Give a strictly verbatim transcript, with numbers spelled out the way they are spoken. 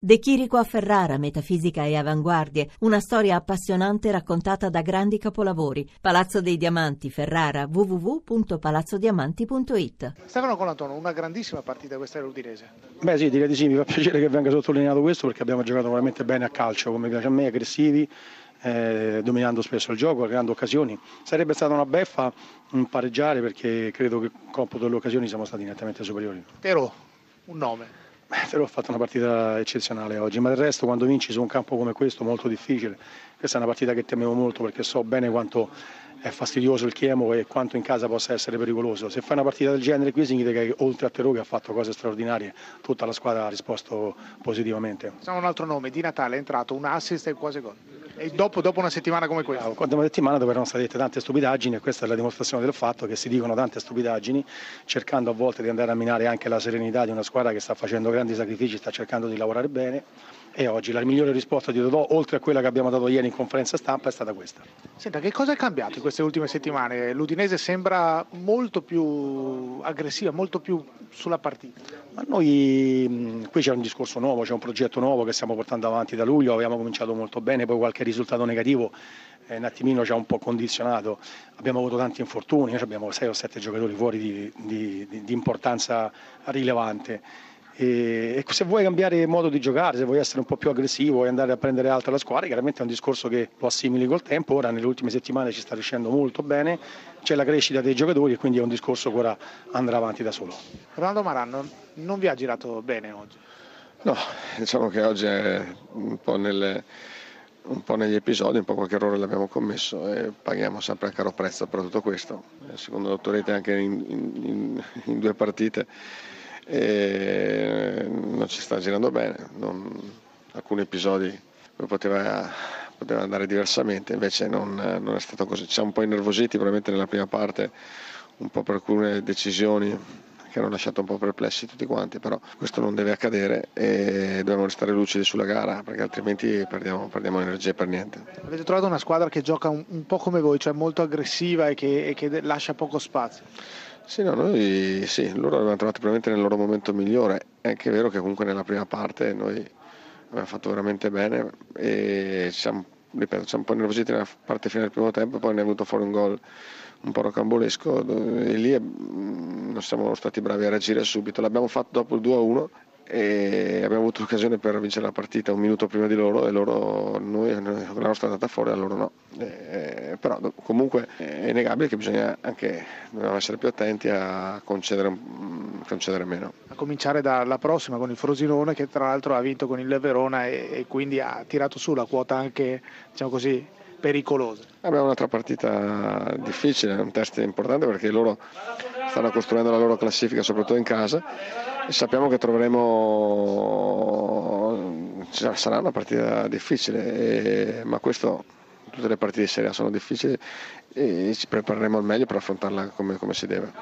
De Chirico a Ferrara, metafisica e avanguardie, una storia appassionante raccontata da grandi capolavori. Palazzo dei Diamanti, Ferrara, w w w punto palazzo diamanti punto it. Stefano Colantuono, una grandissima partita questa dell'Udinese. Beh sì, direi di sì, mi fa piacere che venga sottolineato questo perché abbiamo giocato veramente bene a calcio, come piace a me, aggressivi, eh, dominando spesso il gioco, creando occasioni. Sarebbe stata una beffa un pareggiare perché credo che il computo delle occasioni siamo stati nettamente superiori. Però, un nome. Però ho fatto una partita eccezionale oggi, ma del resto quando vinci su un campo come questo molto difficile, questa è una partita che temevo molto perché so bene quanto è fastidioso il Chievo e quanto in casa possa essere pericoloso. Se fai una partita del genere qui significa che oltre a Terò che ha fatto cose straordinarie, tutta la squadra ha risposto positivamente. Facciamo un altro nome, Di Natale è entrato, un assist e quasi gol. E dopo, dopo una settimana come questa? Dopo una settimana dove erano state dette tante stupidaggini e questa è la dimostrazione del fatto che si dicono tante stupidaggini cercando a volte di andare a minare anche la serenità di una squadra che sta facendo grandi sacrifici, sta cercando di lavorare bene e oggi la migliore risposta di Totò, oltre a quella che abbiamo dato ieri in conferenza stampa, è stata questa. Senta, che cosa è cambiato in queste ultime settimane? L'Udinese sembra molto più aggressiva, molto più sulla partita. Ma noi qui c'è un discorso nuovo, c'è un progetto nuovo che stiamo portando avanti da luglio, abbiamo cominciato molto bene, poi qualche risultato negativo eh, un attimino ci ha un po' condizionato, abbiamo avuto tanti infortuni, noi abbiamo sei o sette giocatori fuori di, di, di, di importanza rilevante. E se vuoi cambiare modo di giocare, se vuoi essere un po' più aggressivo, vuoi andare a prendere alta la squadra, chiaramente è un discorso che lo assimili col tempo, ora nelle ultime settimane ci sta riuscendo molto bene, c'è la crescita dei giocatori e quindi è un discorso che ora andrà avanti da solo. Ronaldo Maran non vi ha girato bene oggi? No, diciamo che oggi è un po' nelle... un po' negli episodi, un po' qualche errore l'abbiamo commesso e paghiamo sempre a caro prezzo per tutto questo, secondo l'autorità anche in, in, in due partite e non ci sta girando bene, non, alcuni episodi poteva, poteva andare diversamente, invece non, non è stato così, ci siamo un po' innervositi probabilmente nella prima parte, un po' per alcune decisioni che hanno lasciato un po' perplessi tutti quanti, però questo non deve accadere e dobbiamo restare lucidi sulla gara perché altrimenti perdiamo, perdiamo energie per niente. Avete trovato una squadra che gioca un, un po' come voi, cioè molto aggressiva e che, e che lascia poco spazio? Sì, no, noi sì, loro l'abbiamo trovato probabilmente nel loro momento migliore, è anche vero che comunque nella prima parte noi abbiamo fatto veramente bene e ci siamo, ripeto, ci siamo un po' nervositi nella parte finale del primo tempo, poi ne è venuto fuori un gol un po' rocambolesco e lì non siamo stati bravi a reagire subito, l'abbiamo fatto dopo il due a uno e abbiamo avuto l'occasione per vincere la partita un minuto prima di loro e loro, noi, la nostra è andata fuori, a loro no, eh, però comunque è innegabile che bisogna anche dobbiamo essere più attenti a concedere, concedere meno. A cominciare dalla prossima con il Frosinone che tra l'altro ha vinto con il Verona e, e quindi ha tirato su la quota anche, diciamo così, pericolosa. Abbiamo un'altra partita difficile, un test importante perché loro stanno costruendo la loro classifica soprattutto in casa e sappiamo che troveremo, sarà una partita difficile, e, ma questo, tutte le partite di Serie A sono difficili e ci prepareremo al meglio per affrontarla come, come si deve.